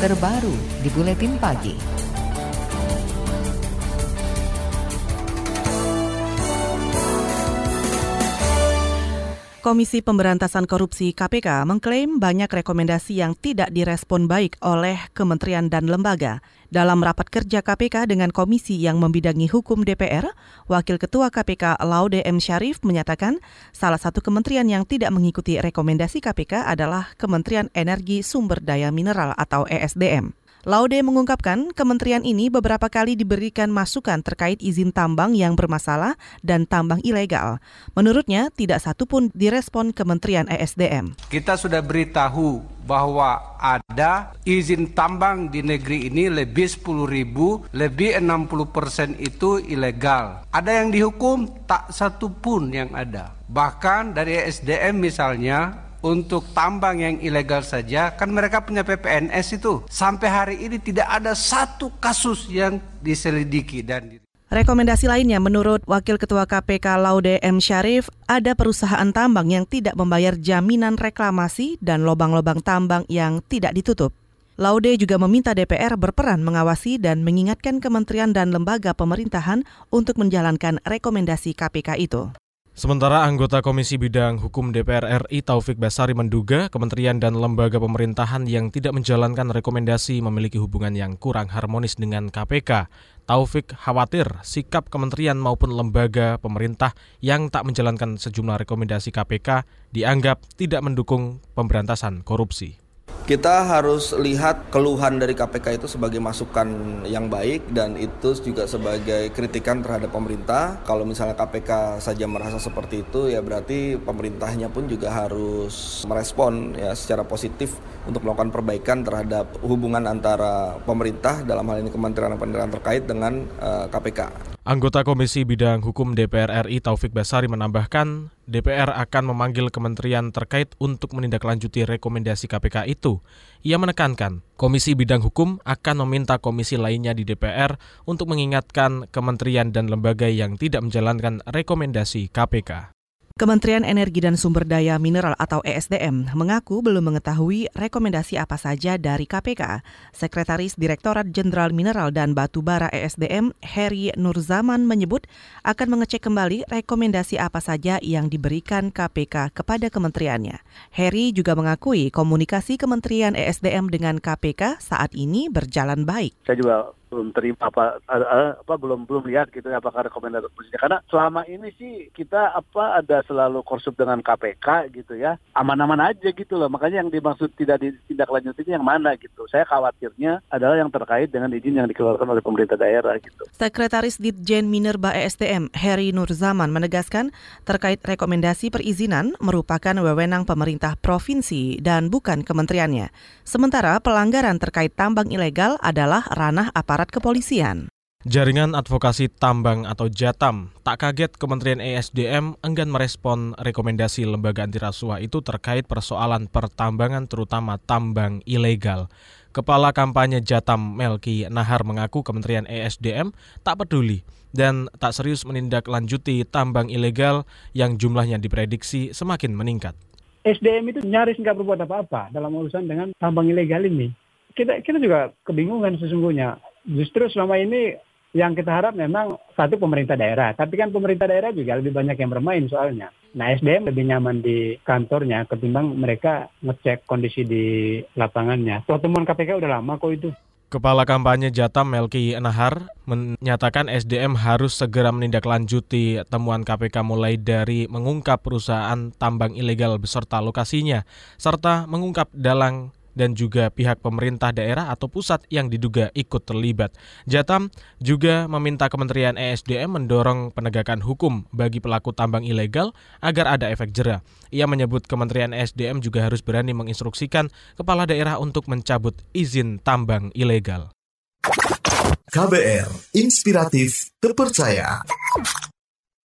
terbaru di Buletin Pagi. Komisi Pemberantasan Korupsi KPK mengklaim banyak rekomendasi yang tidak direspon baik oleh kementerian dan lembaga. Dalam rapat kerja KPK dengan komisi yang membidangi hukum DPR, Wakil Ketua KPK Laude M. Syarif menyatakan salah satu kementerian yang tidak mengikuti rekomendasi KPK adalah Kementerian Energi Sumber Daya Mineral atau ESDM. Laude mengungkapkan kementerian ini beberapa kali diberikan masukan terkait izin tambang yang bermasalah dan tambang ilegal. Menurutnya, tidak satu pun direspon Kementerian ESDM. Kita sudah beritahu bahwa ada izin tambang di negeri ini lebih 10.000, lebih 60% itu ilegal. Ada yang dihukum, tak satu pun yang ada. Bahkan dari ESDM misalnya, untuk tambang yang ilegal saja, kan mereka punya PPNS itu. Sampai hari ini tidak ada satu kasus yang diselidiki. Rekomendasi lainnya menurut Wakil Ketua KPK Laude M. Syarif, ada perusahaan tambang yang tidak membayar jaminan reklamasi dan lobang-lobang tambang yang tidak ditutup. Laude juga meminta DPR berperan mengawasi dan mengingatkan kementerian dan lembaga pemerintahan untuk menjalankan rekomendasi KPK itu. Sementara anggota Komisi Bidang Hukum DPR RI Taufik Basari menduga kementerian dan lembaga pemerintahan yang tidak menjalankan rekomendasi memiliki hubungan yang kurang harmonis dengan KPK. Taufik khawatir sikap kementerian maupun lembaga pemerintah yang tak menjalankan sejumlah rekomendasi KPK dianggap tidak mendukung pemberantasan korupsi. Kita harus lihat keluhan dari KPK itu sebagai masukan yang baik dan itu juga sebagai kritikan terhadap pemerintah. Kalau misalnya KPK saja merasa seperti itu, ya berarti pemerintahnya pun juga harus merespon ya secara positif untuk melakukan perbaikan terhadap hubungan antara pemerintah, dalam hal ini kementerian terkait dengan KPK. Anggota Komisi Bidang Hukum DPR RI Taufik Basari menambahkan, DPR akan memanggil kementerian terkait untuk menindaklanjuti rekomendasi KPK itu. Ia menekankan, Komisi Bidang Hukum akan meminta komisi lainnya di DPR untuk mengingatkan kementerian dan lembaga yang tidak menjalankan rekomendasi KPK. Kementerian Energi dan Sumber Daya Mineral atau ESDM mengaku belum mengetahui rekomendasi apa saja dari KPK. Sekretaris Direktorat Jenderal Mineral dan Batubara ESDM, Heri Nurzaman menyebut akan mengecek kembali rekomendasi apa saja yang diberikan KPK kepada kementeriannya. Heri juga mengakui komunikasi Kementerian ESDM dengan KPK saat ini berjalan baik. Saya juga belum terima belum lihat gitu apakah rekomendasi karena selama ini sih kita ada selalu korsub dengan KPK gitu ya, aman-aman aja gitu loh, makanya yang dimaksud tidak ditindaklanjuti yang mana gitu. Saya khawatirnya adalah yang terkait dengan izin yang dikeluarkan oleh pemerintah daerah gitu. Sekretaris Ditjen Minerba ESDM Heri Nurzaman menegaskan terkait rekomendasi perizinan merupakan wewenang pemerintah provinsi dan bukan kementeriannya. Sementara pelanggaran terkait tambang ilegal adalah ranah aparat kepolisian. Jaringan Advokasi Tambang atau JATAM tak kaget Kementerian ESDM enggan merespon rekomendasi lembaga anti rasuah itu terkait persoalan pertambangan terutama tambang ilegal. Kepala kampanye JATAM Melki Nahar mengaku Kementerian ESDM tak peduli dan tak serius menindaklanjuti tambang ilegal yang jumlahnya diprediksi semakin meningkat. SDM itu nyaris nggak berbuat apa-apa dalam urusan dengan tambang ilegal ini. Kita juga kebingungan sesungguhnya. Justru selama ini yang kita harap memang satu pemerintah daerah. Tapi kan pemerintah daerah juga lebih banyak yang bermain soalnya. Nah SDM lebih nyaman di kantornya ketimbang mereka ngecek kondisi di lapangannya. Temuan KPK udah lama kok itu. Kepala kampanye JATAM Melki Nahar menyatakan SDM harus segera menindaklanjuti temuan KPK mulai dari mengungkap perusahaan tambang ilegal beserta lokasinya, serta mengungkap dalang dan juga pihak pemerintah daerah atau pusat yang diduga ikut terlibat. JATAM juga meminta Kementerian ESDM mendorong penegakan hukum bagi pelaku tambang ilegal agar ada efek jera. Ia menyebut Kementerian ESDM juga harus berani menginstruksikan kepala daerah untuk mencabut izin tambang ilegal. KBR, inspiratif, terpercaya.